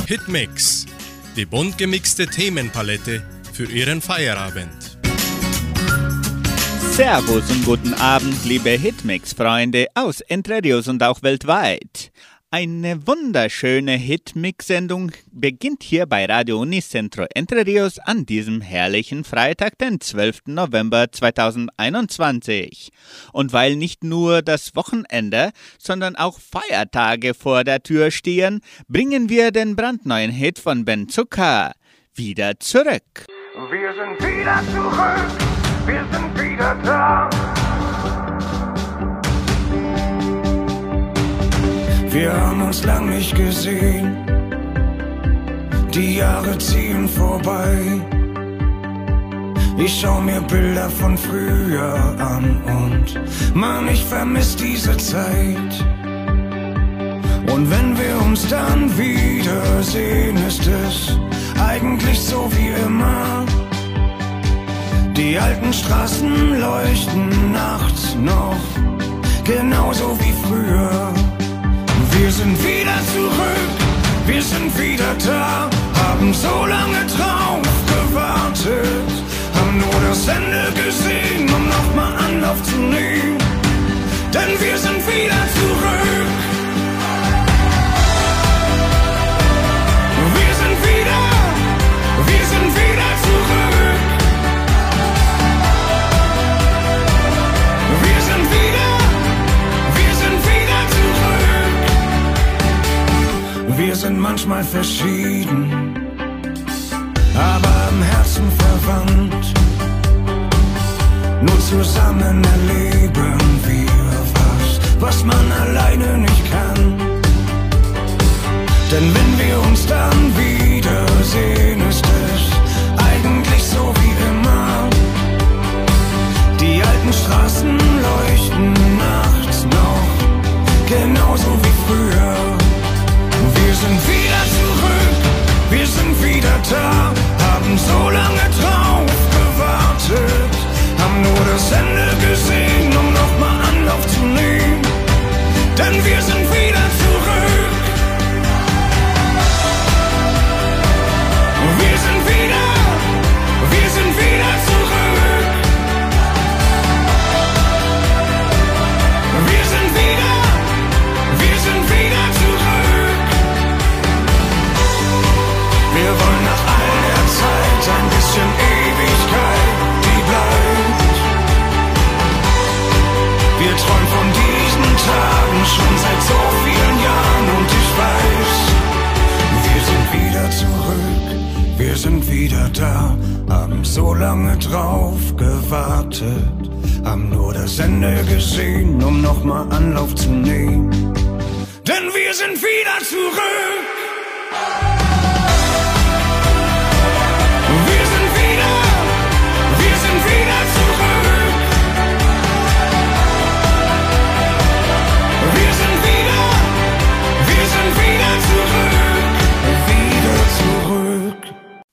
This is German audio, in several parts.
Hitmix, die bunt gemixte Themenpalette für Ihren Feierabend. Servus und guten Abend, liebe Hitmix-Freunde aus Entre Rios und auch weltweit. Eine wunderschöne Hitmix-Sendung beginnt hier bei Radio Unicentro Entre Rios an diesem herrlichen Freitag, den 12. November 2021. Und weil nicht nur das Wochenende, sondern auch Feiertage vor der Tür stehen, bringen wir den brandneuen Hit von Ben Zucker wieder zurück. Wir sind wieder zurück, wir sind wieder da. Wir haben uns lang nicht gesehen, die Jahre ziehen vorbei. Ich schau mir Bilder von früher an und Mann, ich vermiss diese Zeit. Und wenn wir uns dann wiedersehen, ist es eigentlich so wie immer. Die alten Straßen leuchten nachts noch, genauso wie früher. Wir sind wieder zurück, wir sind wieder da, haben so lange drauf gewartet, haben nur das Ende gesehen, um nochmal Anlauf zu nehmen, denn wir sind wieder zurück. Wir sind wieder zurück. Wir sind wieder zurück. Wir sind manchmal verschieden, aber im Herzen verwandt. Nur zusammen erleben wir was man alleine nicht kann. Denn wenn wir uns dann wiedersehen, ist es eigentlich so wie immer. Die alten Straßen leuchten nachts noch, genauso wie früher. Wir sind wieder zurück, wir sind wieder da, haben so lange drauf gewartet, haben nur das Ende gesehen, um nochmal Anlauf zu nehmen, denn wir sind wieder zurück. Wir sind wieder zurück. Wir sind wieder zurück. Wir wollen nach all der Zeit ein bisschen Ewigkeit, die bleibt. Wir träumen von diesen Tagen schon seit so vielen Jahren und ich weiß, wir sind wieder zurück. Wir sind wieder da, haben so lange drauf gewartet, haben nur das Ende gesehen, um nochmal Anlauf zu nehmen, denn wir sind wieder zurück. Wir sind wieder zurück. Wir sind wieder zurück. Wieder zurück.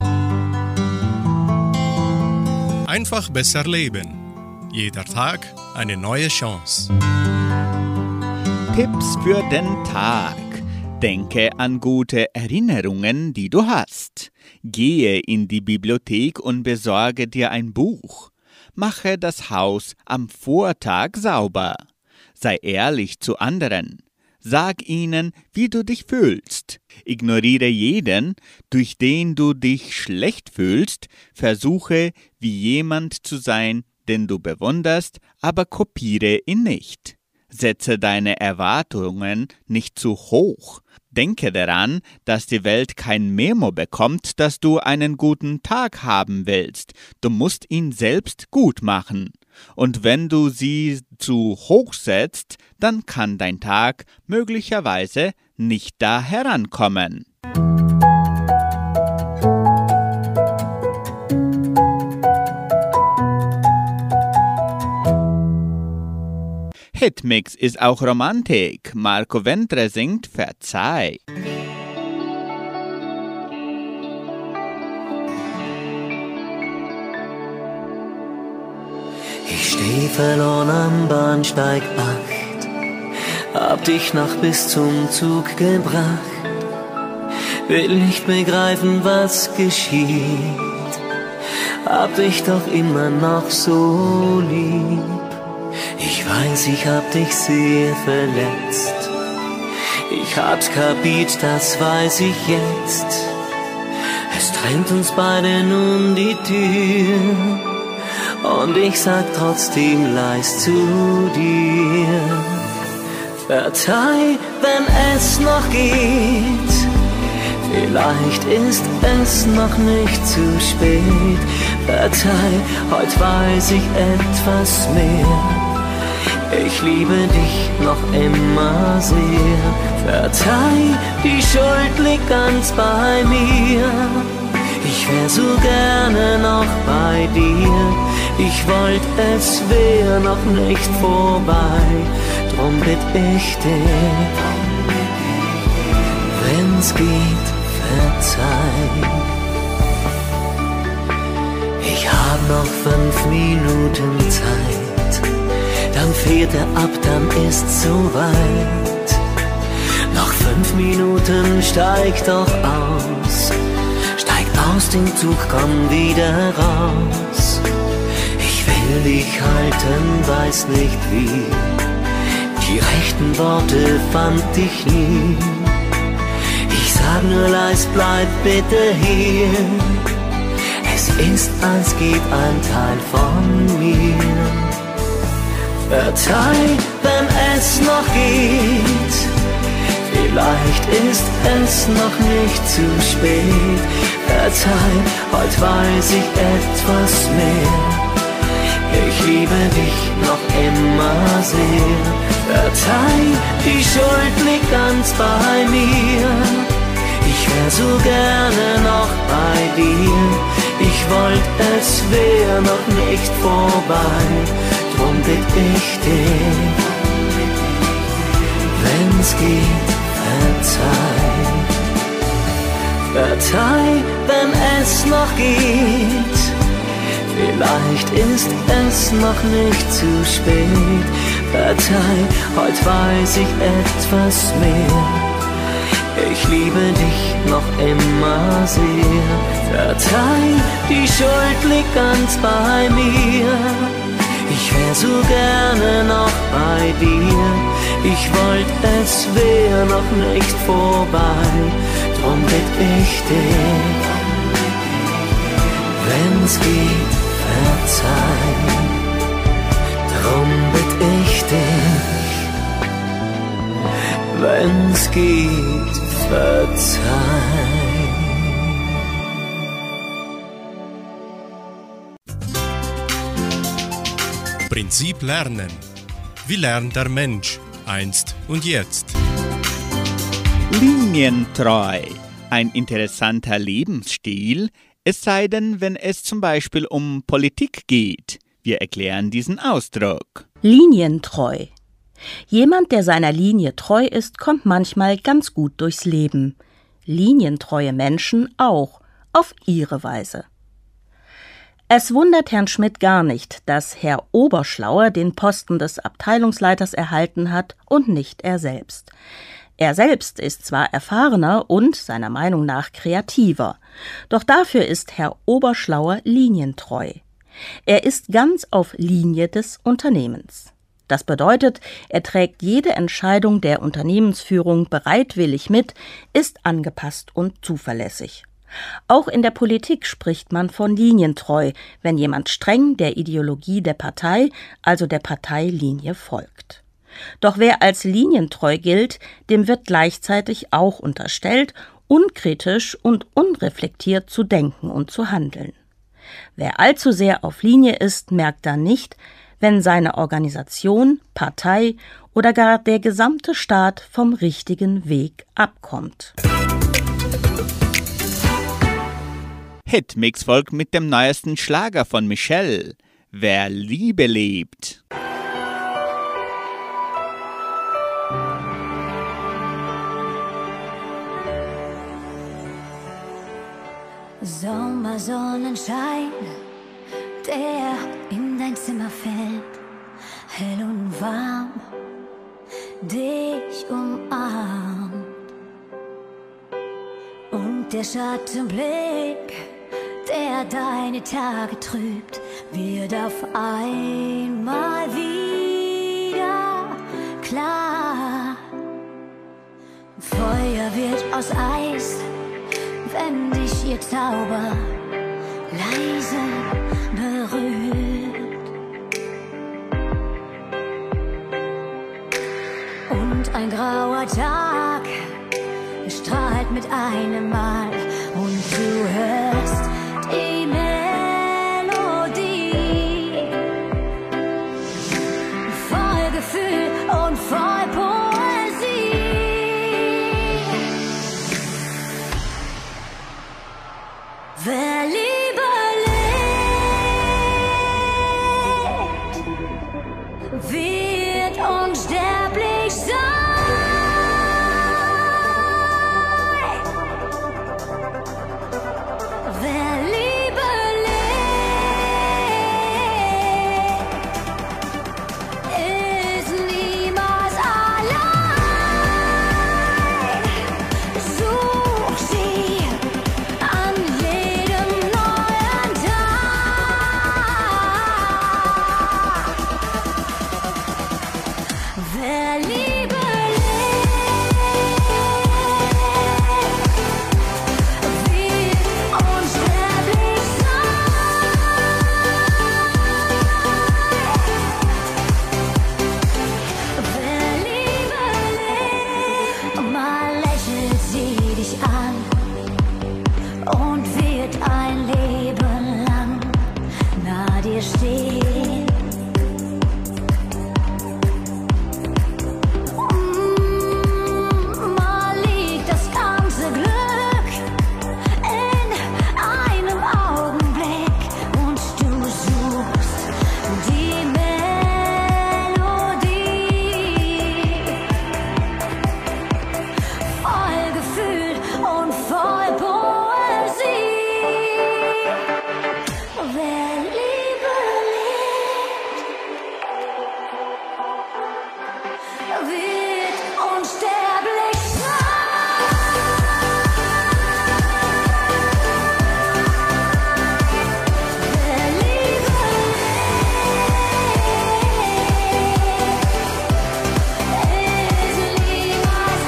Einfach besser leben. Jeder Tag eine neue Chance. Tipps für den Tag. Denke an gute Erinnerungen, die du hast. Gehe in die Bibliothek und besorge dir ein Buch. Mache das Haus am Vortag sauber. Sei ehrlich zu anderen. Sag ihnen, wie du dich fühlst. Ignoriere jeden, durch den du dich schlecht fühlst. Versuche, wie jemand zu sein, den du bewunderst, aber kopiere ihn nicht. Setze deine Erwartungen nicht zu hoch. Denke daran, dass die Welt kein Memo bekommt, dass du einen guten Tag haben willst. Du musst ihn selbst gut machen. Und wenn du sie zu hoch setzt, dann kann dein Tag möglicherweise nicht da herankommen. Hitmix ist auch Romantik. Marco Ventre singt Verzeih. Ich steh verloren am Bahnsteig 8, hab dich noch bis zum Zug gebracht. will nicht begreifen, was geschieht. Hab dich doch immer noch so lieb. Ich weiß, ich hab dich sehr verletzt. Ich hab's kapiert, das weiß ich jetzt. Es trennt uns beide nun die Tür. Und ich sag trotzdem leis zu dir: Verzeih, wenn es noch geht. Vielleicht ist es noch nicht zu spät. Verzeih, heute weiß ich etwas mehr. Ich liebe dich noch immer sehr. Verzeih, die Schuld liegt ganz bei mir. Ich wär so gerne noch bei dir. Ich wollt, es wär noch nicht vorbei. Drum bitt ich dich, wenn's geht, verzeih. Ich hab noch 5 Minuten Zeit. Dann fährt er ab, dann ist's soweit. Noch 5 Minuten, steig doch aus. Steig aus dem Zug, komm wieder raus. Ich will dich halten, weiß nicht wie. Die rechten Worte fand ich nie. Ich sag nur leis, bleib bitte hier. Es ist, als geht ein Teil von mir. Verzeih, wenn es noch geht. Vielleicht ist es noch nicht zu spät. Verzeih, heute weiß ich etwas mehr. Ich liebe dich noch immer sehr. Verzeih, die Schuld liegt ganz bei mir. Ich wär so gerne noch bei dir. Ich wollt, es wär noch nicht vorbei. Drum bitt ich dich, wenn's geht, verzeih. Verzeih, wenn es noch geht. Vielleicht ist es noch nicht zu spät. Verzeih, heute weiß ich etwas mehr. Ich liebe dich noch immer sehr. Verzeih, die Schuld liegt ganz bei mir. Ich wär so gerne noch bei dir. Ich wollt, es wär noch nicht vorbei. Drum bitt ich dich, wenn's geht, verzeih. Drum bitt ich dich, wenn's geht, verzeih. Prinzip Lernen. Wie lernt der Mensch einst und jetzt? Linientreu. Ein interessanter Lebensstil, es sei denn, wenn es zum Beispiel um Politik geht. Wir erklären diesen Ausdruck. Linientreu. Jemand, der seiner Linie treu ist, kommt manchmal ganz gut durchs Leben. Linientreue Menschen auch, auf ihre Weise. Es wundert Herrn Schmidt gar nicht, dass Herr Oberschlauer den Posten des Abteilungsleiters erhalten hat und nicht er selbst. Er selbst ist zwar erfahrener und seiner Meinung nach kreativer, doch dafür ist Herr Oberschlauer linientreu. Er ist ganz auf Linie des Unternehmens. Das bedeutet, er trägt jede Entscheidung der Unternehmensführung bereitwillig mit, ist angepasst und zuverlässig. Auch in der Politik spricht man von linientreu, wenn jemand streng der Ideologie der Partei, also der Parteilinie, folgt. Doch wer als linientreu gilt, dem wird gleichzeitig auch unterstellt, unkritisch und unreflektiert zu denken und zu handeln. Wer allzu sehr auf Linie ist, merkt dann nicht, wenn seine Organisation, Partei oder gar der gesamte Staat vom richtigen Weg abkommt. Hitmix folgt mit dem neuesten Schlager von Michelle. Wer Liebe liebt. Sommersonnenschein, der in dein Zimmer fällt, hell und warm, dich umarmt. Und Der Schattenblick, der deine Tage trübt, wird auf einmal wieder klar. Feuer wird aus Eis, wenn dich ihr Zauber leise berührt. Und ein grauer Tag strahlt mit einem Mal und du hörst die Melodie, voll Gefühl und voll Poesie. Wer Liebe lebt, wird unsterblich sein. Wer Liebe lebt, ist niemals allein. Such sie an jedem neuen Tag. Wer Liebe und wird ein Leben lang nahe dir stehen. Mal liegt das ganze Glück in einem Augenblick und du suchst die Melodie, voll Gefühl und voll Poesie. Wer Liebe lebt, wird unsterblich sein. Wer Liebe lebt, ist niemals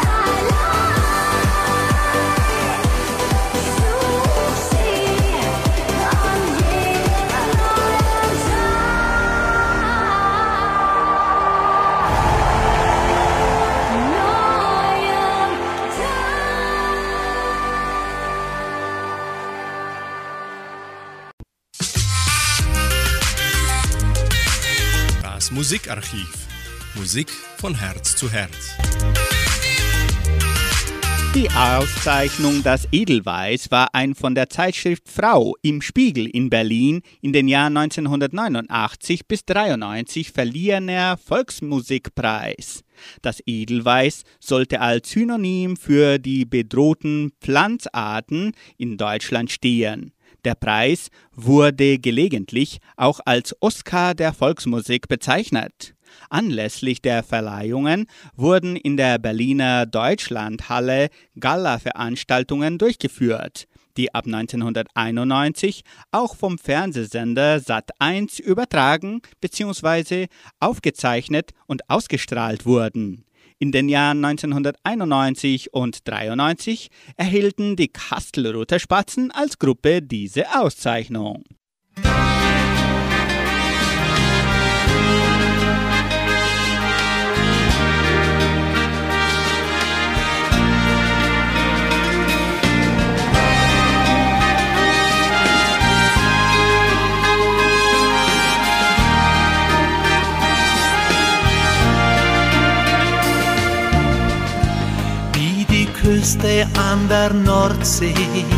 allein. Such sie an jedem neuen Das Musikarchiv. Musik von Herz zu Herz. Die Auszeichnung Das Edelweiß war ein von der Zeitschrift Frau im Spiegel in Berlin in den Jahren 1989 bis 1993 verliehener Volksmusikpreis. Das Edelweiß sollte als Synonym für die bedrohten Pflanzarten in Deutschland stehen. Der Preis wurde gelegentlich auch als Oscar der Volksmusik bezeichnet. Anlässlich der Verleihungen wurden in der Berliner Deutschlandhalle Gala-Veranstaltungen durchgeführt, die ab 1991 auch vom Fernsehsender Sat.1 übertragen bzw. aufgezeichnet und ausgestrahlt wurden. In den Jahren 1991 und 1993 erhielten die Kastelruther Spatzen als Gruppe diese Auszeichnung. Küste an der Nordsee,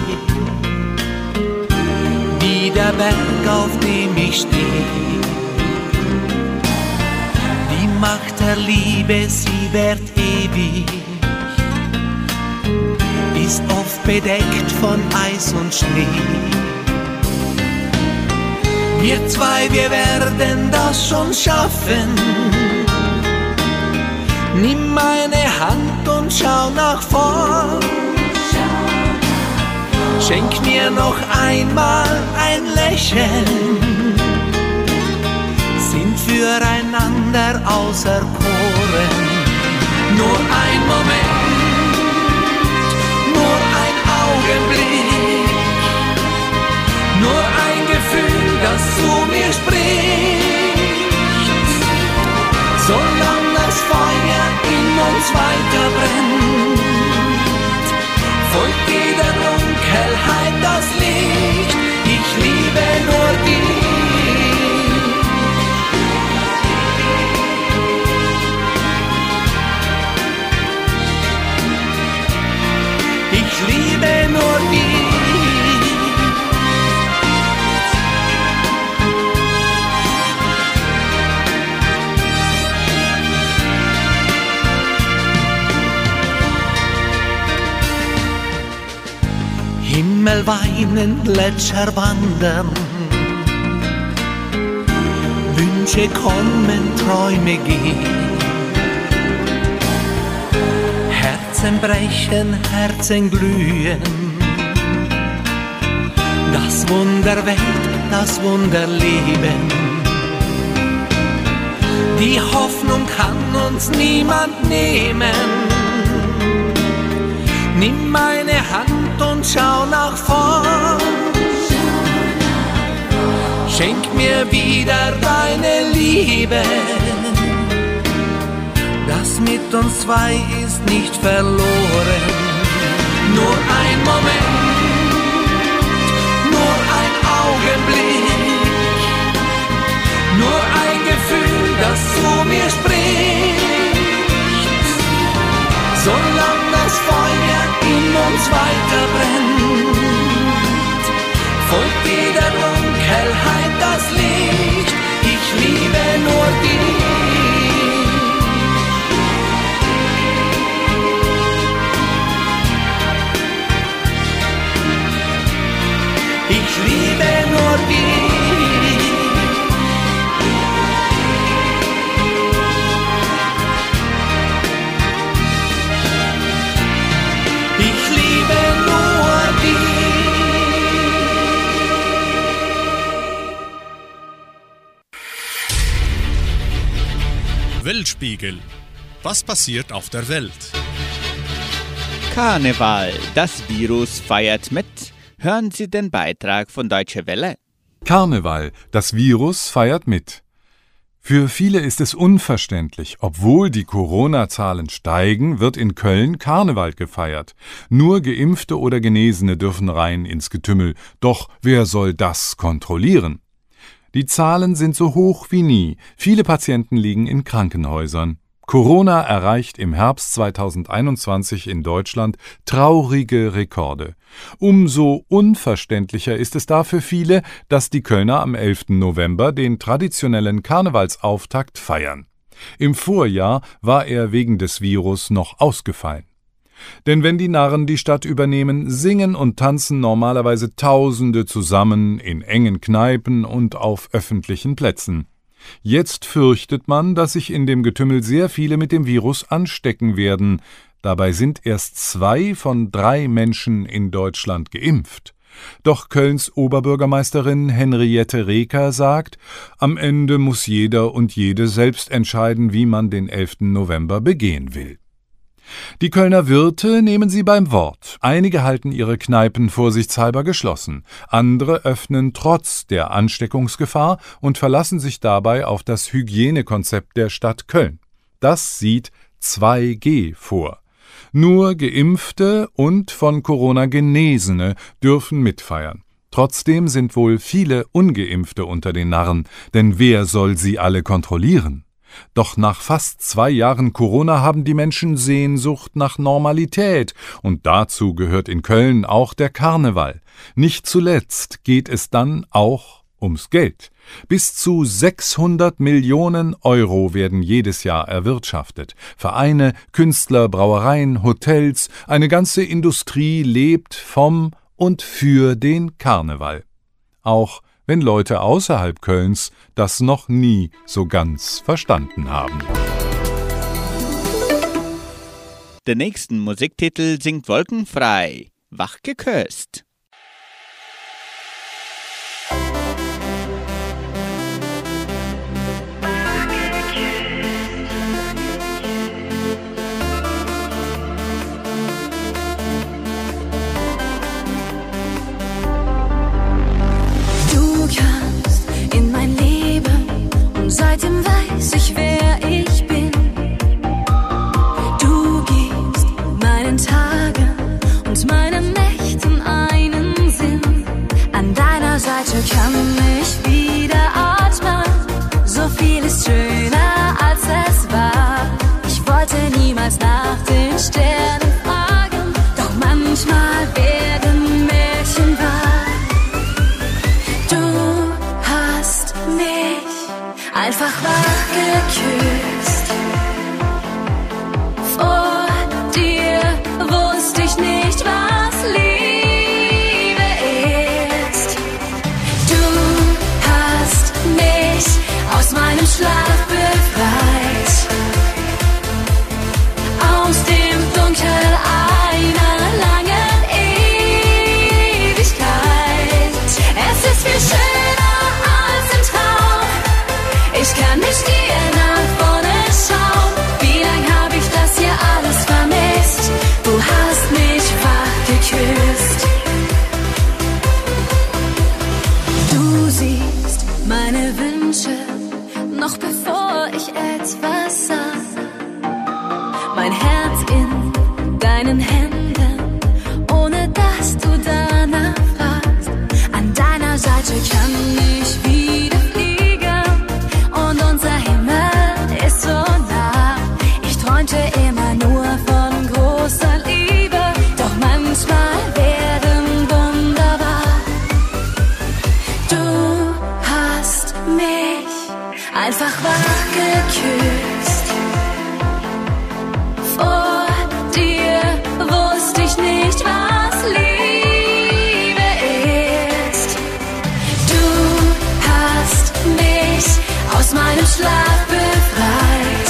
wie der Berg, auf dem ich stehe. Die Macht der Liebe, sie währt ewig, ist oft bedeckt von Eis und Schnee. Wir zwei, wir werden das schon schaffen. Nimm meine Hand und schau nach vorn. Schenk mir noch einmal ein Lächeln, sind füreinander auserkoren. Nur ein Moment, nur ein Augenblick, nur ein Gefühl, das zu mir spricht. Solange das Feuer in uns weiter brennt, folgt jeder Dunkelheit das Licht. Ich liebe nur dich. Ich liebe nur dich. Himmel weinen, Gletscher wandern, Wünsche kommen, Träume gehen. Herzen brechen, Herzen glühen. Das Wunder Welt, das Wunder Leben. Die Hoffnung kann uns niemand nehmen. Nimm meine Hand und schau nach vorn. Schenk mir wieder deine Liebe. Das mit uns zwei ist nicht verloren. Nur ein Moment, nur ein Augenblick, nur ein Gefühl, das zu mir spricht. Solange das Feuer in uns weiter brennt, folgt jeder Dunkelheit das Licht. Ich liebe nur dich. Ich liebe nur dich. Ich liebe nur dich. Weltspiegel. Was passiert auf der Welt? Karneval. Das Virus feiert mit. Hören Sie den Beitrag von Deutsche Welle. Karneval. Das Virus feiert mit. Für viele ist es unverständlich. Obwohl die Corona-Zahlen steigen, wird in Köln Karneval gefeiert. Nur Geimpfte oder Genesene dürfen rein ins Getümmel. Doch wer soll das kontrollieren? Die Zahlen sind so hoch wie nie. Viele Patienten liegen in Krankenhäusern. Corona erreicht im Herbst 2021 in Deutschland traurige Rekorde. Umso unverständlicher ist es da für viele, dass die Kölner am 11. November den traditionellen Karnevalsauftakt feiern. Im Vorjahr war er wegen des Virus noch ausgefallen. Denn wenn die Narren die Stadt übernehmen, singen und tanzen normalerweise Tausende zusammen in engen Kneipen und auf öffentlichen Plätzen. Jetzt fürchtet man, dass sich in dem Getümmel sehr viele mit dem Virus anstecken werden. Dabei sind erst 2 von 3 Menschen in Deutschland geimpft. Doch Kölns Oberbürgermeisterin Henriette Reker sagt, am Ende muss jeder und jede selbst entscheiden, wie man den 11. November begehen will. Die Kölner Wirte nehmen sie beim Wort. Einige halten ihre Kneipen vorsichtshalber geschlossen. Andere öffnen trotz der Ansteckungsgefahr und verlassen sich dabei auf das Hygienekonzept der Stadt Köln. Das sieht 2G vor. Nur Geimpfte und von Corona Genesene dürfen mitfeiern. Trotzdem sind wohl viele Ungeimpfte unter den Narren, denn wer soll sie alle kontrollieren? Doch nach fast 2 Jahren Corona haben die Menschen Sehnsucht nach Normalität und dazu gehört in Köln auch der Karneval. Nicht zuletzt geht es dann auch ums Geld. Bis zu 600 Millionen Euro werden jedes Jahr erwirtschaftet. Vereine, Künstler, Brauereien, Hotels, eine ganze Industrie lebt vom und für den Karneval. Auch wenn Leute außerhalb Kölns das noch nie so ganz verstanden haben. Den nächsten Musiktitel singt Wolkenfrei, Wach geküsst. meinen Tagen und meinen Nächten einen Sinn. An deiner Seite kann ich wieder atmen. So viel ist schöner als es war. Ich wollte niemals nach den Sternen fragen, doch manchmal werden Märchen wahr. Du hast mich einfach wach geküsst. Vor dir wusste ich nicht, was Liebe ist. Du hast mich aus meinem Schlaf befreit, aus dem Dunkel einer langen Ewigkeit. Es ist viel schöner als im Traum. Ich kann nicht dir nach vorne schauen. Wie lange habe ich das hier alles vermisst? Du hast mich wach geküsst. Du siehst meine Wünsche noch bevor ich etwas sah. Mein Herz in deinen Händen, ohne dass du danach fragst. An deiner Seite kann ich wieder fliegen und unser Himmel ist so nah. Ich träumte immer nur von großer Liebe, doch manchmal werden Wunder wahr. Du hast mich einfach wach geküsst. Vor dir wusste ich nicht, was Liebe ist. Du hast mich aus meinem Schlaf befreit,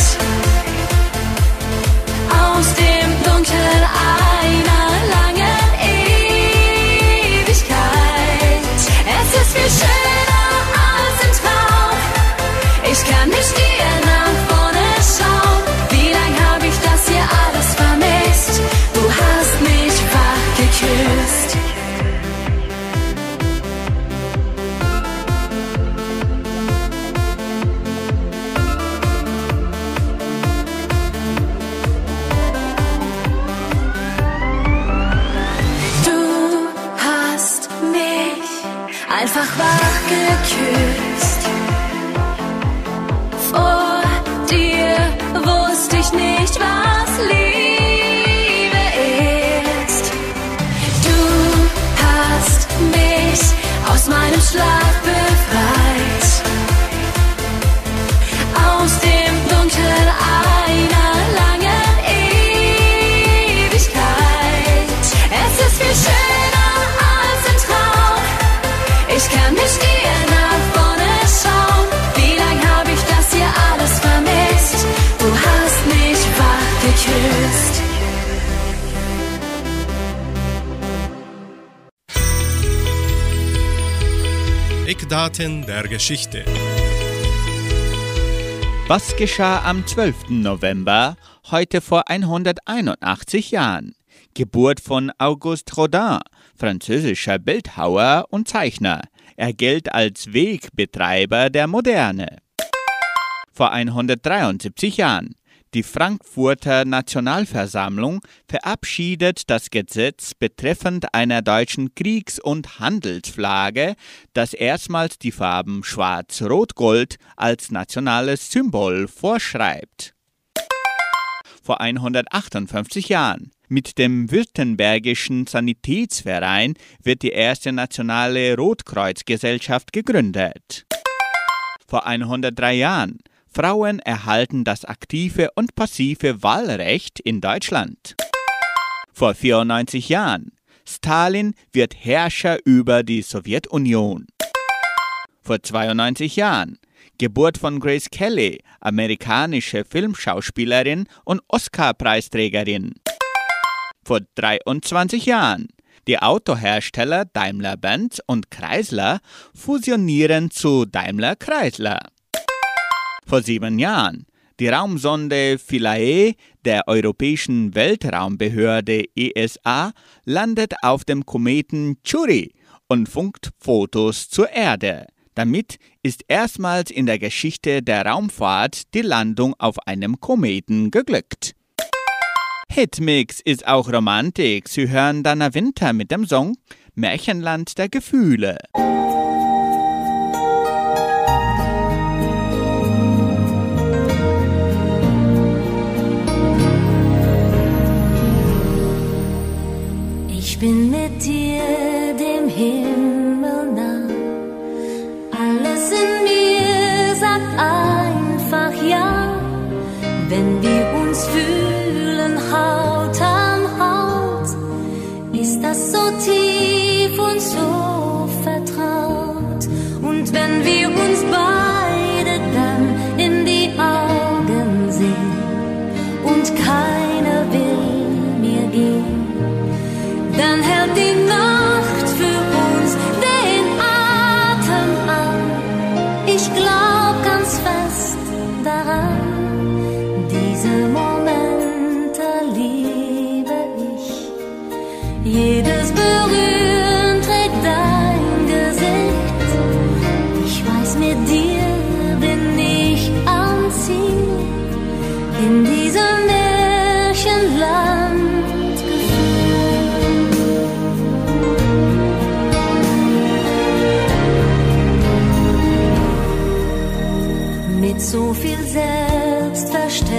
aus dem Dunkel einer langen Ewigkeit. Es ist viel schöner als im Traum. Ich kann nicht dir nach vorne schauen. Wie lange habe ich das hier alles vermisst? Du hast mich wach geküsst. Du hast mich einfach wach geküsst. Vor dir wusste ich nicht, was Liebe ist. Du hast mich aus meinem Schlaf befreit, aus dem Dunkel einer langen Ewigkeit. Es ist viel schöner als im Traum. Ich kann nicht dir nach vorne schauen. Wie lange habe ich das hier alles vermisst? Du hast mich wach geküsst. Eckdaten der Geschichte. Was geschah am 12. November, heute vor 181 Jahren? Geburt von Auguste Rodin, französischer Bildhauer und Zeichner. Er gilt als Wegbetreiber der Moderne. Vor 173 Jahren. Die Frankfurter Nationalversammlung verabschiedet das Gesetz betreffend einer deutschen Kriegs- und Handelsflagge, das erstmals die Farben Schwarz-Rot-Gold als nationales Symbol vorschreibt. Vor 158 Jahren. Mit dem Württembergischen Sanitätsverein wird die erste nationale Rotkreuzgesellschaft gegründet. Vor 103 Jahren. Frauen erhalten das aktive und passive Wahlrecht in Deutschland. Vor 94 Jahren. Stalin wird Herrscher über die Sowjetunion. Vor 92 Jahren. Geburt von Grace Kelly, amerikanische Filmschauspielerin und Oscar-Preisträgerin. Vor 23 Jahren. Die Autohersteller Daimler-Benz und Chrysler fusionieren zu Daimler-Chrysler. Vor 7 Jahren. Die Raumsonde Philae der Europäischen Weltraumbehörde ESA landet auf dem Kometen Chury und funkt Fotos zur Erde. Damit ist erstmals in der Geschichte der Raumfahrt die Landung auf einem Kometen geglückt. Hitmix ist auch Romantik. Sie hören Dana Winter mit dem Song Märchenland der Gefühle. Ich bin mit dir dem Himmel nah. Alles in mir sagt einfach ja. Wenn wir uns fühlen Haut an Haut, ist das so tief und so vertraut. Und wenn wir uns beide dann in die Augen sehen und keiner will mehr gehen, dann hält die Nacht für uns den Atem an. Ich glaub ganz fest daran, diese Momente liebe ich. Jedes Berühren trägt dein Gesicht. Ich weiß, mit dir bin ich am Ziel in diesem Märchenland. Mit so viel Selbstverständlichkeit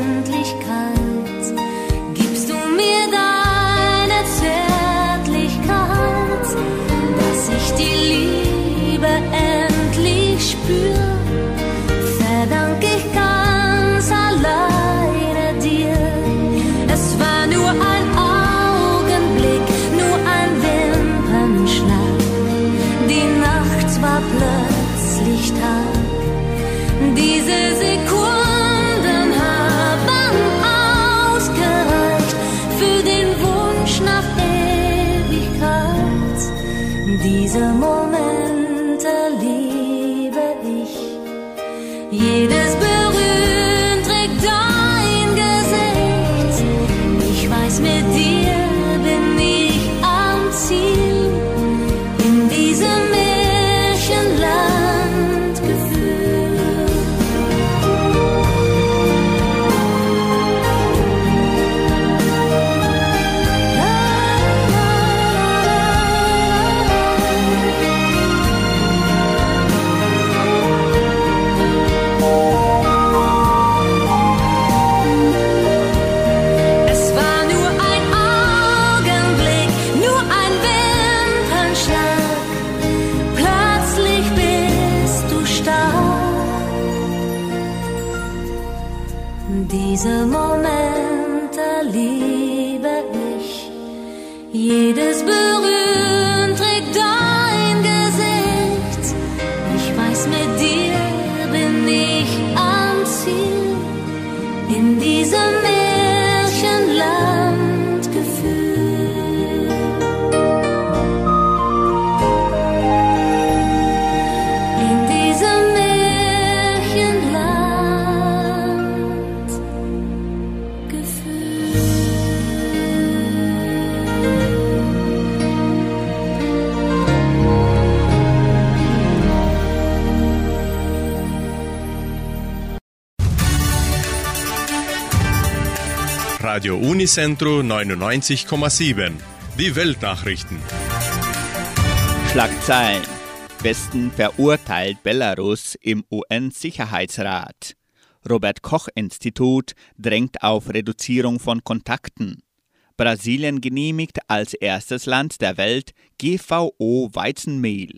gibst du mir deine Zärtlichkeit, dass ich die Liebe endlich spür, verdank ich ganz alleine dir. Es war nur ein Augenblick, nur ein Wimpernschlag, die Nacht war plötzlich Tag. Diese Sekunden haben ausgereicht für den Wunsch nach Ewigkeit. Diese Momente liebe ich. Jedes Berühren trägt dein Gesicht. Ich weiß, mit dir bin ich am Ziel in diesem Märchenland. Diese Momente liebe ich. Jedes Berühren trägt dein Gesicht. Ich weiß, mit dir bin ich am Ziel in diesem Märchenlandgefühl. In diesem Märchenland. Radio Unicentro 99,7. Die Weltnachrichten. Schlagzeilen. Westen verurteilt Belarus im UN-Sicherheitsrat. Robert-Koch-Institut drängt auf Reduzierung von Kontakten. Brasilien genehmigt als erstes Land der Welt GVO-Weizenmehl.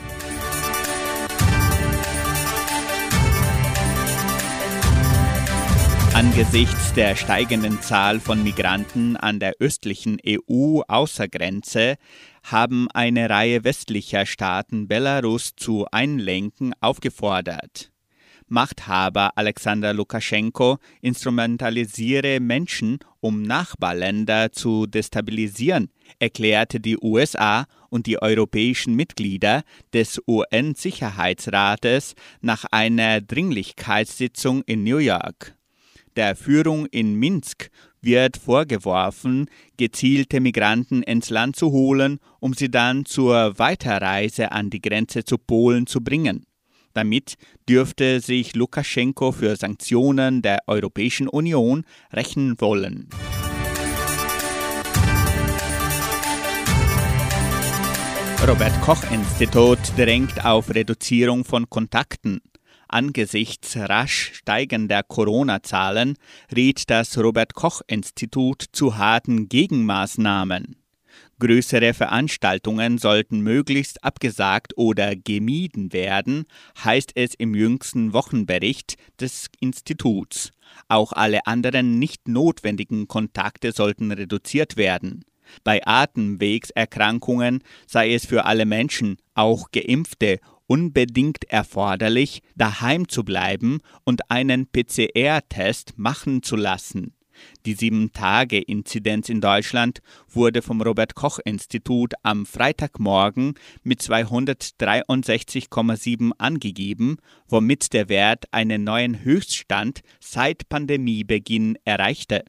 Angesichts der steigenden Zahl von Migranten an der östlichen EU-Außergrenze haben eine Reihe westlicher Staaten Belarus zu Einlenken aufgefordert. Machthaber Alexander Lukaschenko instrumentalisiere Menschen, um Nachbarländer zu destabilisieren, erklärte die USA und die europäischen Mitglieder des UN-Sicherheitsrates nach einer Dringlichkeitssitzung in New York. Der Führung in Minsk wird vorgeworfen, gezielte Migranten ins Land zu holen, um sie dann zur Weiterreise an die Grenze zu Polen zu bringen. Damit dürfte sich Lukaschenko für Sanktionen der Europäischen Union rächen wollen. Robert-Koch-Institut drängt auf Reduzierung von Kontakten. Angesichts rasch steigender Corona-Zahlen rät das Robert-Koch-Institut zu harten Gegenmaßnahmen. Größere Veranstaltungen sollten möglichst abgesagt oder gemieden werden, heißt es im jüngsten Wochenbericht des Instituts. Auch alle anderen nicht notwendigen Kontakte sollten reduziert werden. Bei Atemwegserkrankungen sei es für alle Menschen, auch Geimpfte, unbedingt erforderlich, daheim zu bleiben und einen PCR-Test machen zu lassen. Die 7-Tage-Inzidenz in Deutschland wurde vom Robert-Koch-Institut am Freitagmorgen mit 263,7 angegeben, womit der Wert einen neuen Höchststand seit Pandemiebeginn erreichte.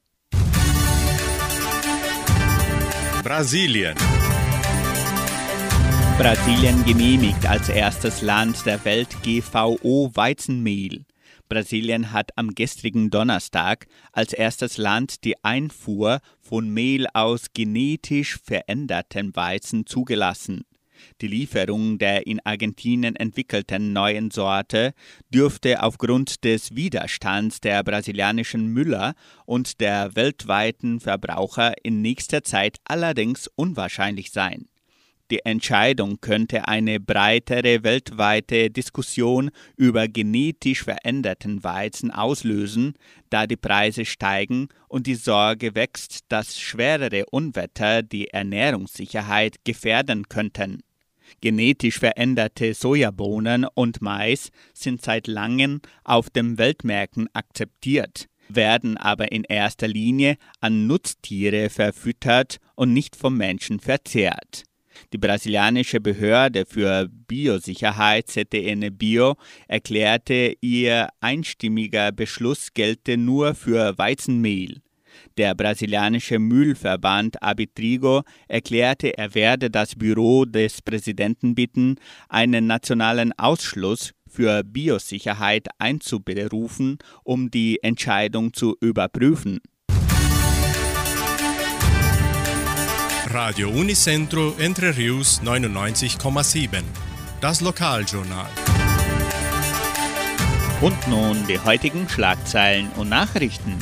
Brasilien. Brasilien genehmigt als erstes Land der Welt GVO-Weizenmehl. Brasilien hat am gestrigen Donnerstag als erstes Land die Einfuhr von Mehl aus genetisch verändertem Weizen zugelassen. Die Lieferung der in Argentinien entwickelten neuen Sorte dürfte aufgrund des Widerstands der brasilianischen Müller und der weltweiten Verbraucher in nächster Zeit allerdings unwahrscheinlich sein. Die Entscheidung könnte eine breitere weltweite Diskussion über genetisch veränderten Weizen auslösen, da die Preise steigen und die Sorge wächst, dass schwerere Unwetter die Ernährungssicherheit gefährden könnten. Genetisch veränderte Sojabohnen und Mais sind seit langem auf den Weltmärkten akzeptiert, werden aber in erster Linie an Nutztiere verfüttert und nicht vom Menschen verzehrt. Die brasilianische Behörde für Biosicherheit CTN-Bio erklärte, ihr einstimmiger Beschluss gelte nur für Weizenmehl. Der brasilianische Müllverband Abitrigo erklärte, er werde das Büro des Präsidenten bitten, einen nationalen Ausschluss für Biosicherheit einzuberufen, um die Entscheidung zu überprüfen. Radio Unicentro Entre Rius 99,7. Das Lokaljournal. Und nun die heutigen Schlagzeilen und Nachrichten.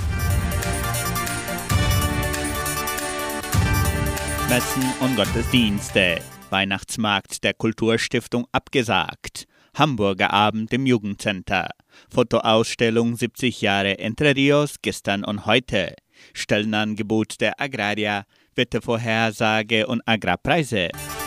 Messen und Gottesdienste. Weihnachtsmarkt der Kulturstiftung abgesagt. Hamburger Abend im Jugendcenter. Fotoausstellung 70 Jahre Entre Rios gestern und heute. Stellenangebot der Agraria. Wettervorhersage und Agrarpreise.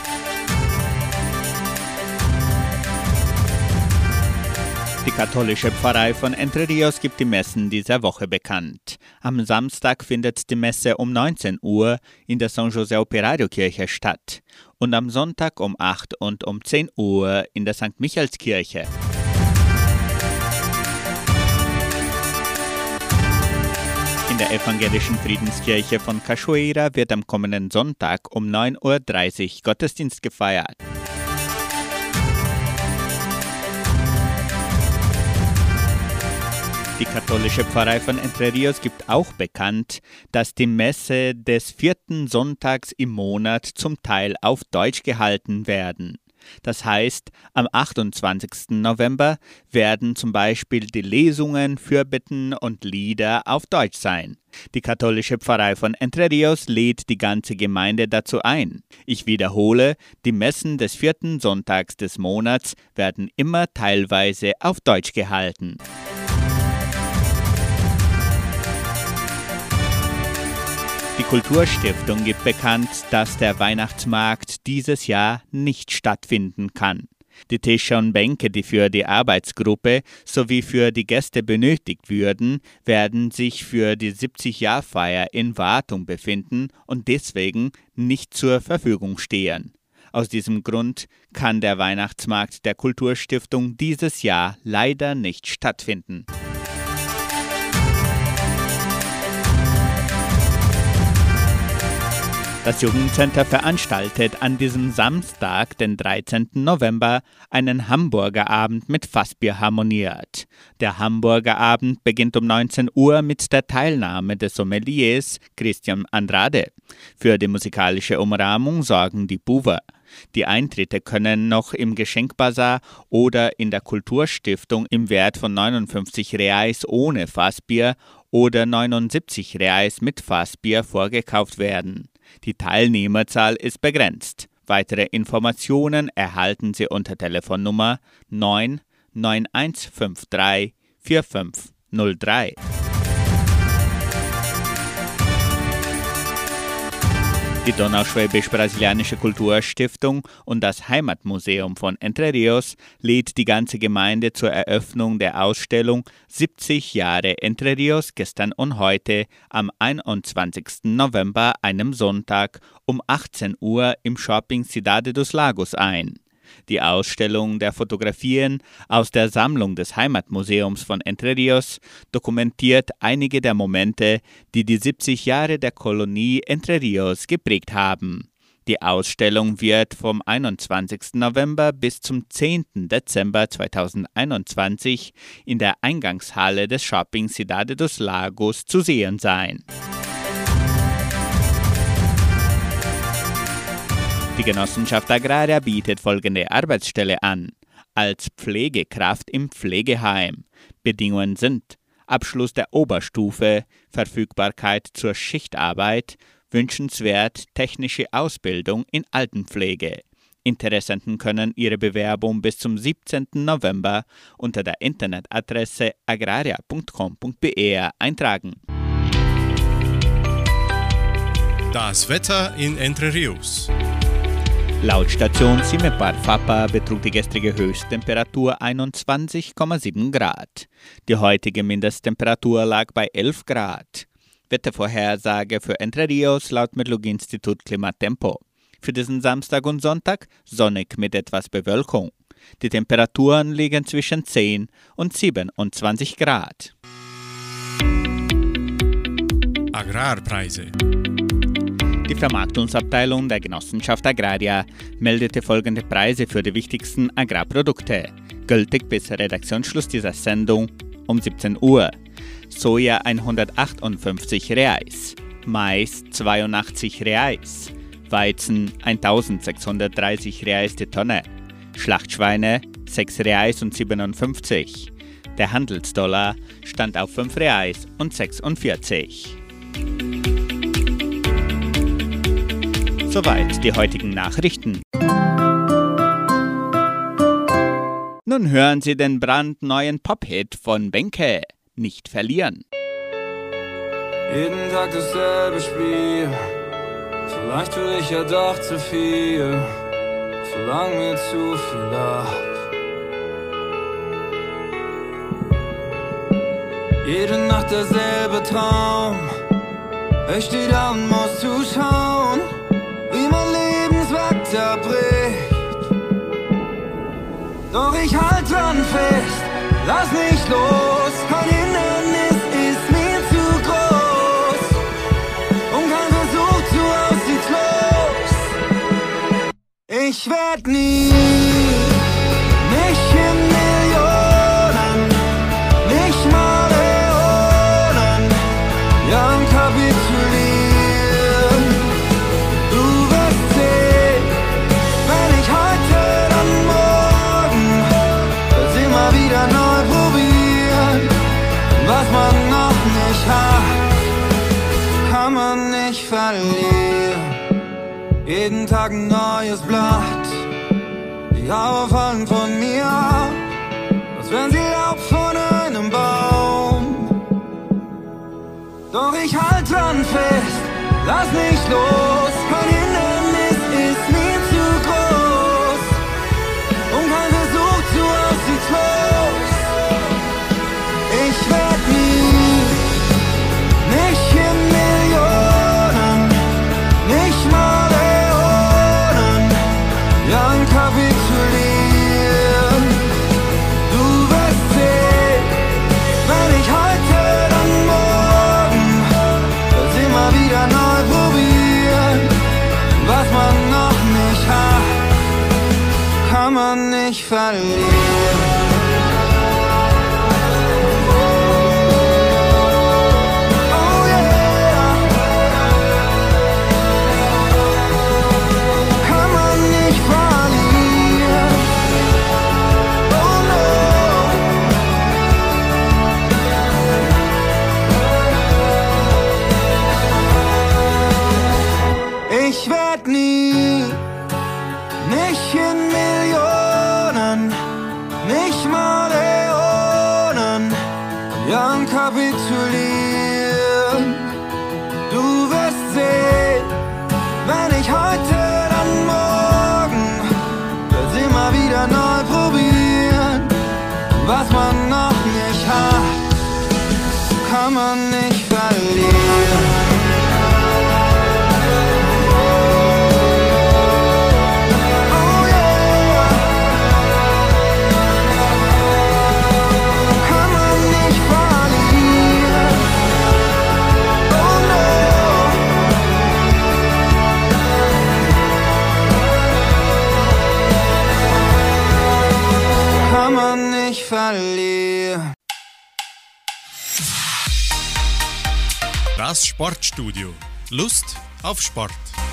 Die katholische Pfarrei von Entre Rios gibt die Messen dieser Woche bekannt. Am Samstag findet die Messe um 19 Uhr in der San José Operario Kirche statt und am Sonntag um 8 und um 10 Uhr in der St. Michaelskirche. In der evangelischen Friedenskirche von Cachoeira wird am kommenden Sonntag um 9:30 Uhr Gottesdienst gefeiert. Die katholische Pfarrei von Entre Rios gibt auch bekannt, dass die Messe des 4. Sonntags im Monat zum Teil auf Deutsch gehalten werden. Das heißt, am 28. November werden zum Beispiel die Lesungen, Fürbitten und Lieder auf Deutsch sein. Die katholische Pfarrei von Entre Rios lädt die ganze Gemeinde dazu ein. Ich wiederhole, die Messen des 4. Sonntags des Monats werden immer teilweise auf Deutsch gehalten. Die Kulturstiftung gibt bekannt, dass der Weihnachtsmarkt dieses Jahr nicht stattfinden kann. Die Tische und Bänke, die für die Arbeitsgruppe sowie für die Gäste benötigt würden, werden sich für die 70-Jahr-Feier in Wartung befinden und deswegen nicht zur Verfügung stehen. Aus diesem Grund kann der Weihnachtsmarkt der Kulturstiftung dieses Jahr leider nicht stattfinden. Das Jugendcenter veranstaltet an diesem Samstag, den 13. November, einen Hamburger Abend mit Fassbier harmoniert. Der Hamburger Abend beginnt um 19 Uhr mit der Teilnahme des Sommeliers Christian Andrade. Für die musikalische Umrahmung sorgen die Buwer. Die Eintritte können noch im Geschenkbazar oder in der Kulturstiftung im Wert von 59 Reais ohne Fassbier oder 79 Reais mit Fassbier vorgekauft werden. Die Teilnehmerzahl ist begrenzt. Weitere Informationen erhalten Sie unter Telefonnummer 99153 4503. Die Donauschwäbisch-Brasilianische Kulturstiftung und das Heimatmuseum von Entre Rios lädt die ganze Gemeinde zur Eröffnung der Ausstellung 70 Jahre Entre Rios gestern und heute am 21. November, einem Sonntag, um 18 Uhr im Shopping Cidade dos Lagos ein. Die Ausstellung der Fotografien aus der Sammlung des Heimatmuseums von Entre Rios dokumentiert einige der Momente, die die 70 Jahre der Kolonie Entre Rios geprägt haben. Die Ausstellung wird vom 21. November bis zum 10. Dezember 2021 in der Eingangshalle des Shopping Cidade dos Lagos zu sehen sein. Die Genossenschaft Agraria bietet folgende Arbeitsstelle an: als Pflegekraft im Pflegeheim. Bedingungen sind Abschluss der Oberstufe, Verfügbarkeit zur Schichtarbeit, wünschenswert technische Ausbildung in Altenpflege. Interessenten können ihre Bewerbung bis zum 17. November unter der Internetadresse agraria.com.br eintragen. Das Wetter in Entre Rios. Laut Station Cimepar Fapa betrug die gestrige Höchsttemperatur 21,7 Grad. Die heutige Mindesttemperatur lag bei 11 Grad. Wettervorhersage für Entre Rios laut Metlog-Institut Klimatempo. Für diesen Samstag und Sonntag sonnig mit etwas Bewölkung. Die Temperaturen liegen zwischen 10 und 27 Grad. Agrarpreise. Die Vermarktungsabteilung der Genossenschaft Agraria meldete folgende Preise für die wichtigsten Agrarprodukte, gültig bis Redaktionsschluss dieser Sendung um 17 Uhr. Soja 158 Reais, Mais 82 Reais, Weizen 1630 Reais die Tonne, Schlachtschweine 6 Reais und 57. Der Handelsdollar stand auf 5 Reais und 46. Soweit die heutigen Nachrichten. Nun hören Sie den brandneuen Pop-Hit von Benke, Nicht verlieren. Jeden Tag dasselbe Spiel, vielleicht will ich ja doch zu viel, verlang mir zu viel ab. Jede Nacht derselbe Traum, ich steh da und muss zuschauen, wie mein Lebenswerk zerbricht. Doch ich halt dran fest, lass nicht los, kein Hindernis ist mir zu groß und kein Versuch zu aussichtslos. Ich werd nie, nicht in Millionen, nicht mal Äonen, ja kapitulieren. Was man noch nicht hat, kann man nicht verlieren. Jeden Tag ein neues Blatt, die Haare fallen von mir, als wären sie Laub von einem Baum. Doch ich halt dran fest, lass nicht los, kein Hindernis ist mir zu groß und kein Versuch zu aussichtslos. Ich werd nie, nicht in Millionen, nicht mal Äonen, ja kapitulieren. Du wirst sehen, wenn ich heute, dann morgen, das immer wieder neu probieren. nicht verlieren. Ich werd nie, nicht in Millionen, nicht mal Äonen, Jan kapitulieren. Du wirst sehen, wenn ich heute, dann morgen, wird's immer wieder neu probieren. Was man noch nicht hat, kann man nicht verlieren. Verlieren. Das Sportstudio. Lust auf Sport.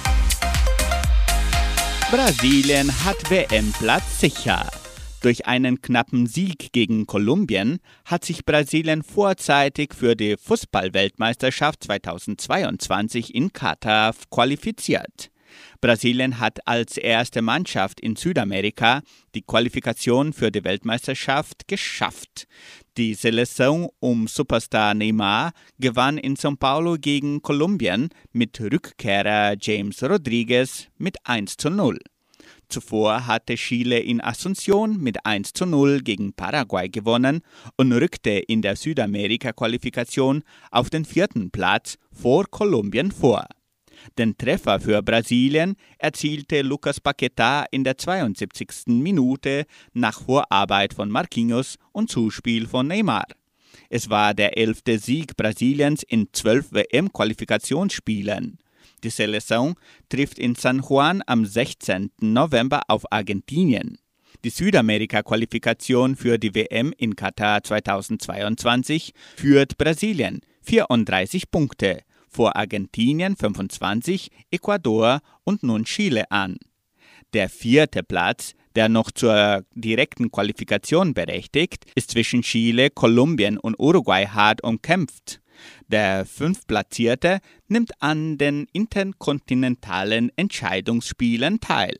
Brasilien hat WM-Platz sicher. Durch einen knappen Sieg gegen Kolumbien hat sich Brasilien vorzeitig für die Fußball-Weltmeisterschaft 2022 in Katar qualifiziert. Brasilien hat als erste Mannschaft in Südamerika die Qualifikation für die Weltmeisterschaft geschafft. Die Seleção um Superstar Neymar gewann in São Paulo gegen Kolumbien mit Rückkehrer James Rodriguez mit 1:0. Zuvor hatte Chile in Asunción mit 1:0 gegen Paraguay gewonnen und rückte in der Südamerika-Qualifikation auf den 4. Platz vor Kolumbien vor. Den Treffer für Brasilien erzielte Lucas Paquetá in der 72. Minute nach Vorarbeit von Marquinhos und Zuspiel von Neymar. Es war der 11. Sieg Brasiliens in 12 WM-Qualifikationsspielen. Die Seleção trifft in San Juan am 16. November auf Argentinien. Die Südamerika-Qualifikation für die WM in Katar 2022 führt Brasilien 34 Punkte. Vor Argentinien 25, Ecuador und nun Chile an. Der 4. Platz, der noch zur direkten Qualifikation berechtigt, ist zwischen Chile, Kolumbien und Uruguay hart umkämpft. Der 5. Platzierte nimmt an den interkontinentalen Entscheidungsspielen teil.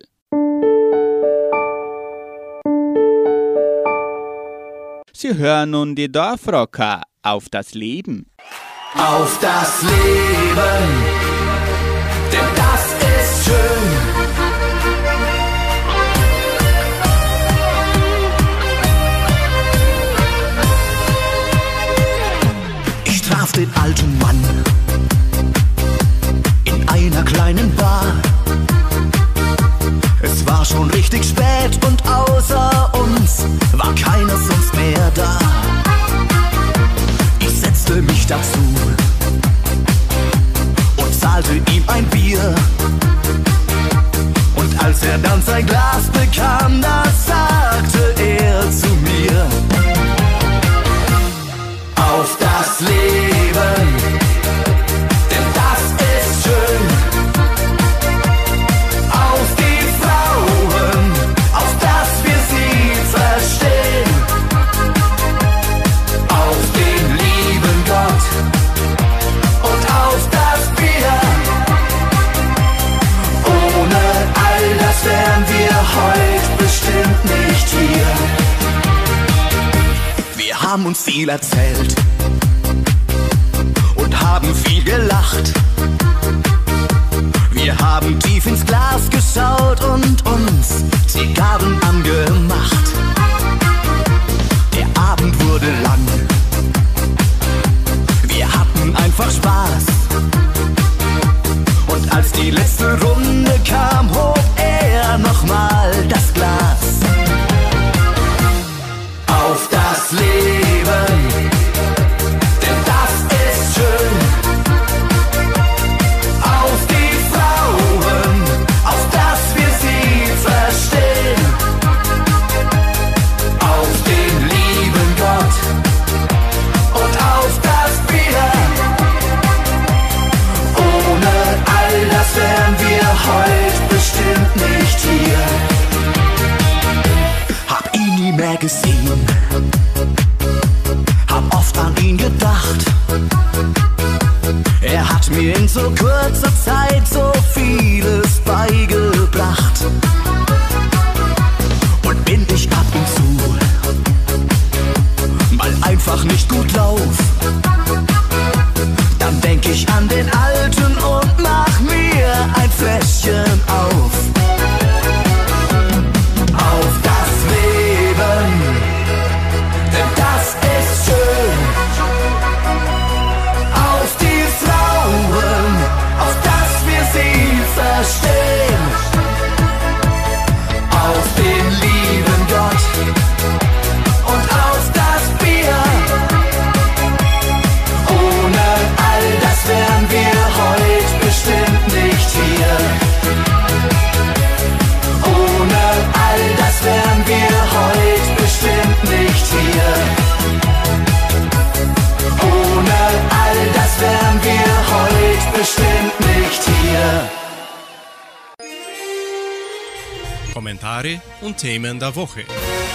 Sie hören nun die Dorfrocker auf das Leben. Auf das Leben, denn das ist schön. Ich traf den alten Mann in einer kleinen Bar. Es war schon richtig spät und außer uns war keiner sonst mehr da. Ich setzte mich dazu und zahlte ihm ein Bier. Und als er dann sein Glas bekam, da sagte er zu mir: Auf das Leben, denn das ist schön. Auf die Frauen, auf dass wir sie verstehen. Auf den lieben Gott und auf das Bier. Ohne all das wären wir heute bestimmt nicht hier. Wir haben uns viel erzählt und haben viel gelacht. Wir haben tief ins Glas geschaut und uns Zigarren angemacht. Der Abend wurde lang, wir hatten einfach Spaß. Und als die letzte Runde kam, hob er nochmal das Glas. Auf das Leben, denn das ist schön. Auf die Frauen, auf dass wir sie Kommentare und Themen der Woche.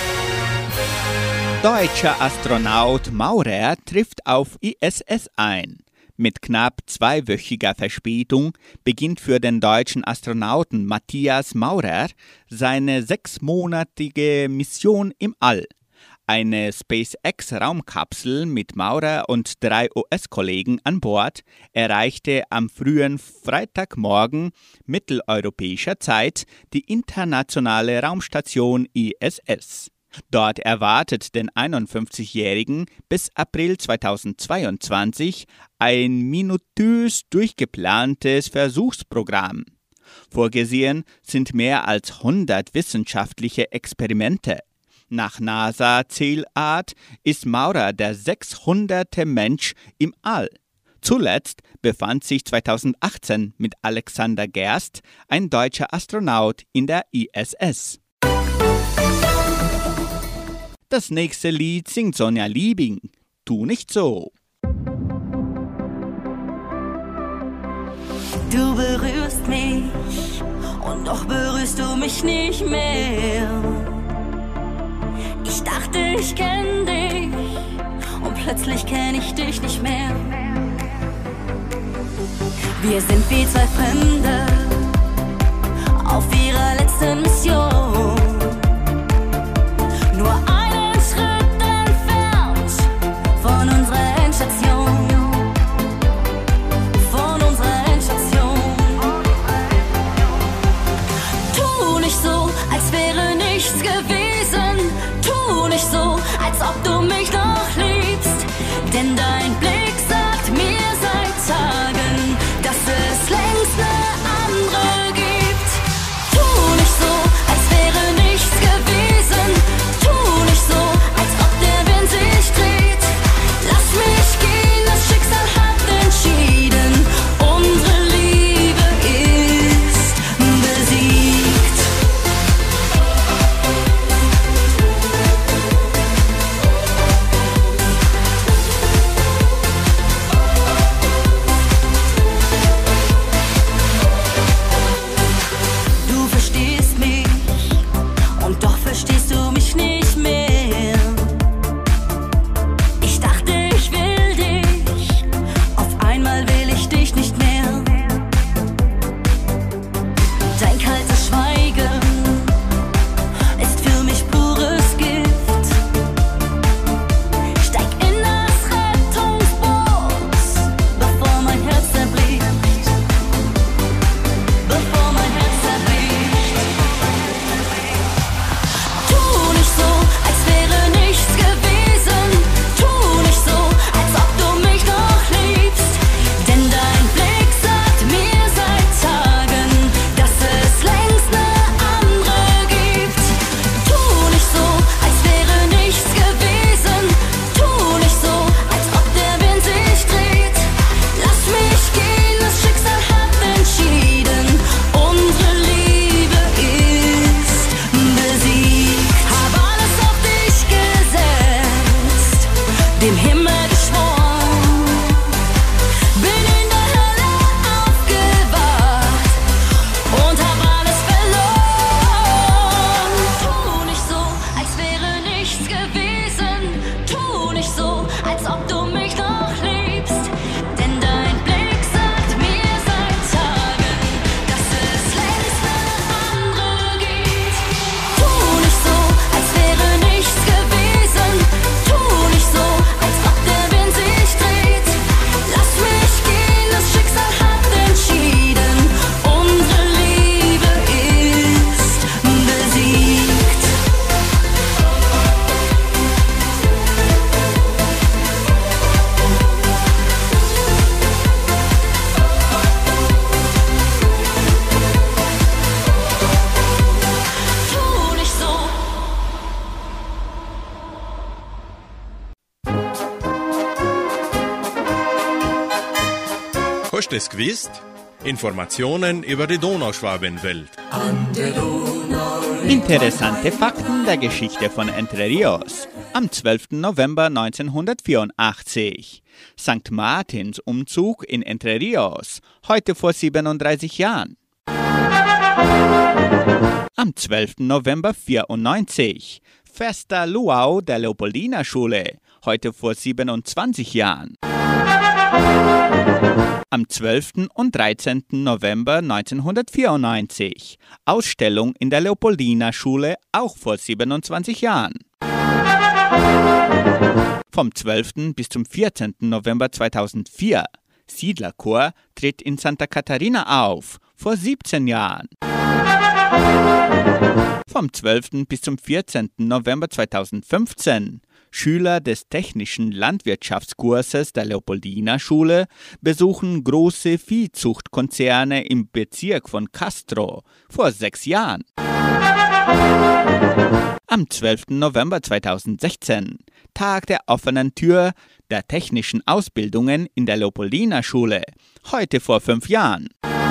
Deutscher Astronaut Maurer trifft auf ISS ein. Mit knapp 2-wöchiger Verspätung beginnt für den deutschen Astronauten Matthias Maurer seine 6-monatige Mission im All. Eine SpaceX-Raumkapsel mit Maurer und 3 US-Kollegen an Bord erreichte am frühen Freitagmorgen mitteleuropäischer Zeit die internationale Raumstation ISS. Dort erwartet den 51-Jährigen bis April 2022 ein minutiös durchgeplantes Versuchsprogramm. Vorgesehen sind mehr als 100 wissenschaftliche Experimente. Nach NASA-Zählart ist Maurer der 600. Mensch im All. Zuletzt befand sich 2018 mit Alexander Gerst ein deutscher Astronaut in der ISS. Das nächste Lied singt Sonja Liebing. Tu nicht so. Du berührst mich und doch berührst du mich nicht mehr. Ich dachte, ich kenn dich und plötzlich kenn ich dich nicht mehr. Wir sind wie 2 Fremde auf ihrer letzten Mission. Nur einen Schritt entfernt von unserer Endstation. Von unserer Endstation. Tu nicht so, als wäre nichts gewesen. Tu nicht so, als ob du mich noch liebst. Denn dein Blick sagt mir seit Tagen, dass es längst eine andere gibt. Tu nicht so, als wäre nichts gewesen. Tu nicht so, als ob der Wind sich dreht. Lass mich gehen, das Schicksal hat entschieden. Unsere Liebe ist besiegt. Du verstehst mich und doch verstehst du mich nicht mehr. Ich dachte, ich will dich, auf einmal will ich dich nicht mehr. Dein kaltes Schweigen ist für mich pures Gift. Steig in das Rettungsboot, bevor mein Herz zerbricht. Bevor mein Herz zerbricht. Tu nicht so, als wäre nichts gewesen. Tu nicht so, als ob du mich noch liebst. Denn dein Blick sagt mir seit Tagen, dass es längst eine andere gibt. Tu nicht so, als wäre nichts gewesen. Tu nicht so, als ob der Wind sich dreht. Lass mich gehen, das Schicksal hat entschieden. Unsere Liebe ist besiegt. Hab alles auf dich gesetzt, dem Himmel geschworen. Bin in der Hölle aufgewacht und hab alles verloren. Tu nicht so, als wäre nichts gewesen. Tu nicht so, als ob du mich noch liebst. Denn dein Blick sagt mir seit Tagen, dass es längst eine andere gibt. Tu nicht so, als wäre nichts gewesen. Tu nicht so, als ob der Wind sich dreht. Lass mich gehen, das Schicksal hat entschieden. Unsere Liebe ist besiegt. Tu nicht so. Hast du es gewusst? Informationen über die Donauschwabenwelt. Interessante Fakten der Geschichte von Entre Rios. Am 12. November 1984. St. Martins Umzug in Entre Rios, heute vor 37 Jahren. Am Am 12. November 94. Festa Luau der Leopoldina-Schule, heute vor 27 Jahren. Am 12. und 13. November 1994. Ausstellung in der Leopoldina-Schule, auch vor 27 Jahren. Vom 12. bis zum 14. November 2004. Siedlerchor tritt in Santa Catarina auf, vor 17 Jahren. Vom 12. bis zum 14. November 2015. Schüler des Technischen Landwirtschaftskurses der Leopoldina-Schule besuchen große Viehzuchtkonzerne im Bezirk von Castro, vor 6 Jahren. Am 12. November 2016. Tag der offenen Tür der technischen Ausbildungen in der Leopoldina-Schule, heute vor 5 Jahren.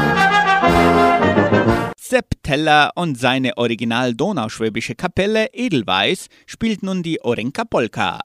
Sepp Teller und seine original donauschwäbische Kapelle Edelweiß spielt nun die Orenka Polka.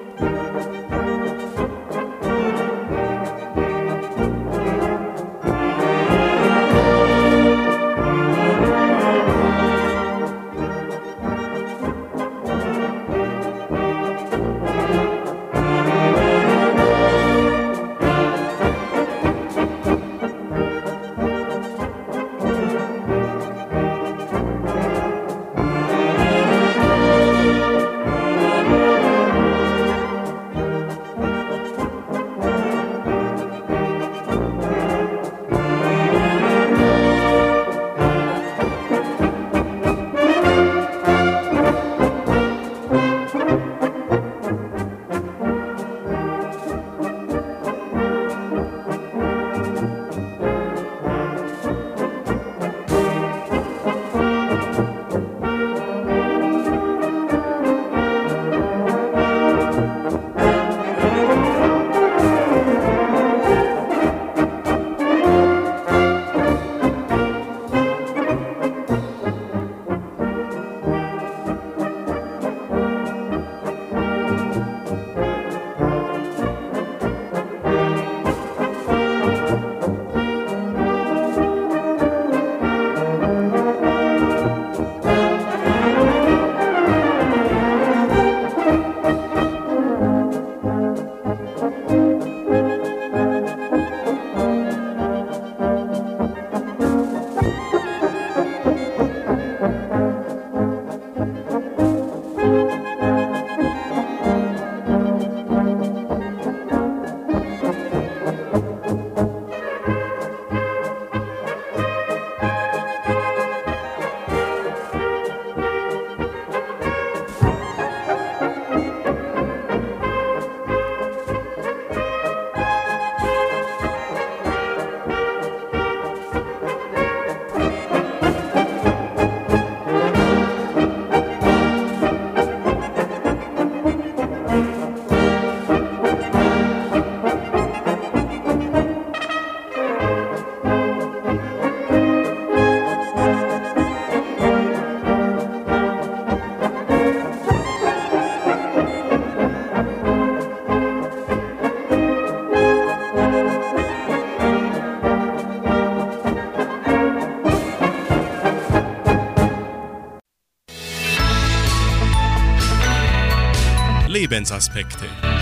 Lebensaspekte.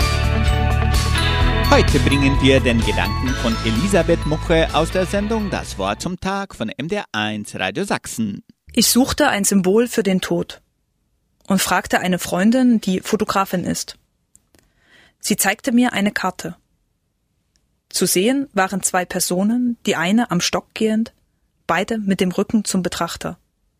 Heute bringen wir den Gedanken von Elisabeth Muche aus der Sendung Das Wort zum Tag von MDR1 Radio Sachsen. Ich suchte ein Symbol für den Tod und fragte eine Freundin, die Fotografin ist. Sie zeigte mir eine Karte. Zu sehen waren 2 Personen, die eine am Stock gehend, beide mit dem Rücken zum Betrachter.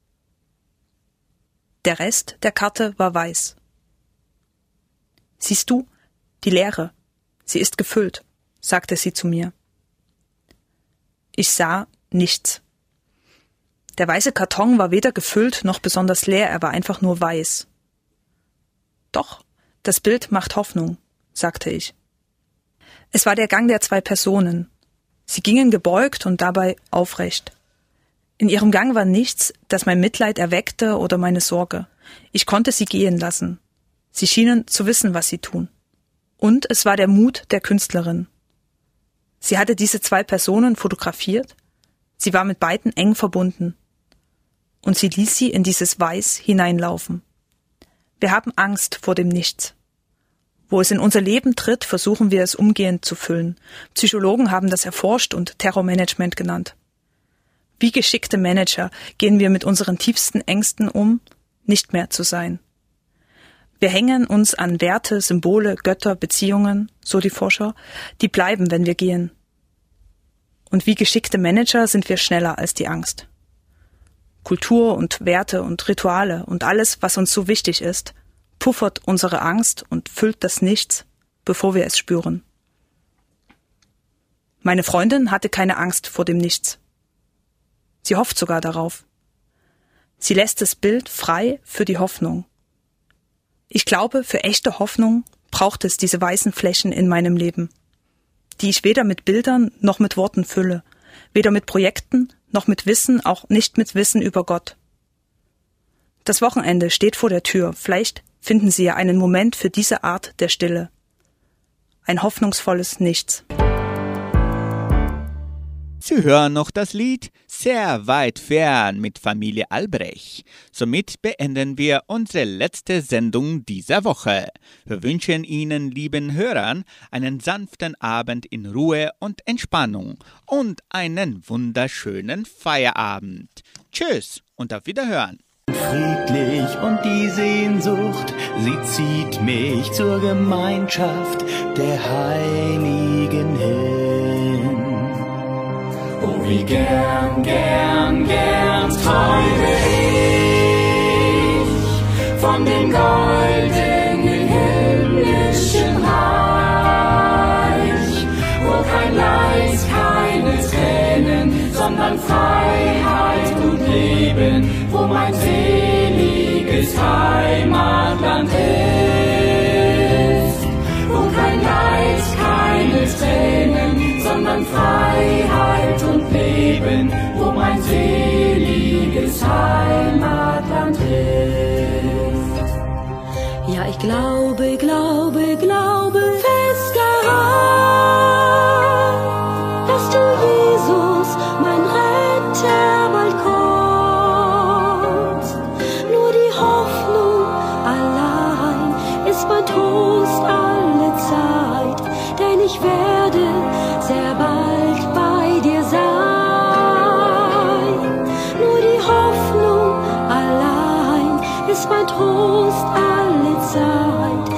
Der Rest der Karte war weiß. Siehst du, die Leere, sie ist gefüllt, sagte sie zu mir. Ich sah nichts. Der weiße Karton war weder gefüllt noch besonders leer, er war einfach nur weiß. Doch, das Bild macht Hoffnung, sagte ich. Es war der Gang der 2 Personen. Sie gingen gebeugt und dabei aufrecht. In ihrem Gang war nichts, das mein Mitleid erweckte oder meine Sorge. Ich konnte sie gehen lassen. Sie schienen zu wissen, was sie tun. Und es war der Mut der Künstlerin. Sie hatte diese 2 Personen fotografiert. Sie war mit beiden eng verbunden. und sie ließ sie in dieses Weiß hineinlaufen. Wir haben Angst vor dem Nichts. Wo es in unser Leben tritt, versuchen wir es umgehend zu füllen. Psychologen haben das erforscht und Terrormanagement genannt. Wie geschickte Manager gehen wir mit unseren tiefsten Ängsten um, nicht mehr zu sein. Wir hängen uns an Werte, Symbole, Götter, Beziehungen, so die Forscher, die bleiben, wenn wir gehen. Und wie geschickte Manager sind wir schneller als die Angst. Kultur und Werte und Rituale und alles, was uns so wichtig ist, puffert unsere Angst und füllt das Nichts, bevor wir es spüren. Meine Freundin hatte keine Angst vor dem Nichts. Sie hofft sogar darauf. Sie lässt das Bild frei für die Hoffnung. Ich glaube, für echte Hoffnung braucht es diese weißen Flächen in meinem Leben, die ich weder mit Bildern noch mit Worten fülle, weder mit Projekten noch mit Wissen, auch nicht mit Wissen über Gott. Das Wochenende steht vor der Tür, vielleicht finden Sie ja einen Moment für diese Art der Stille. Ein hoffnungsvolles Nichts. Sie hören noch das Lied Sehr weit fern mit Familie Albrecht. Somit beenden wir unsere letzte Sendung dieser Woche. Wir wünschen Ihnen, lieben Hörern, einen sanften Abend in Ruhe und Entspannung und einen wunderschönen Feierabend. Tschüss und auf Wiederhören. Friedlich und die Sehnsucht, sie zieht mich zur Gemeinschaft der Heiligen hin. Oh, wie gern, gern, gern träume ich von dem goldenen himmlischen Reich, wo kein Leid, keine Tränen, sondern Freiheit und Leben, wo mein seliges Heimatland ist, wo kein Leid, keine Tränen, sondern Freiheit und Leben, wo mein seliges Heimatland ist. Ja, ich glaube, glaube, glaube fest daran, dass du, Jesus, mein Retter, bald kommst. Nur die Hoffnung allein ist mein Trost alle Zeit, denn ich werde sehr bald bei dir sein. Nur die Hoffnung allein ist mein Trost alle Zeit,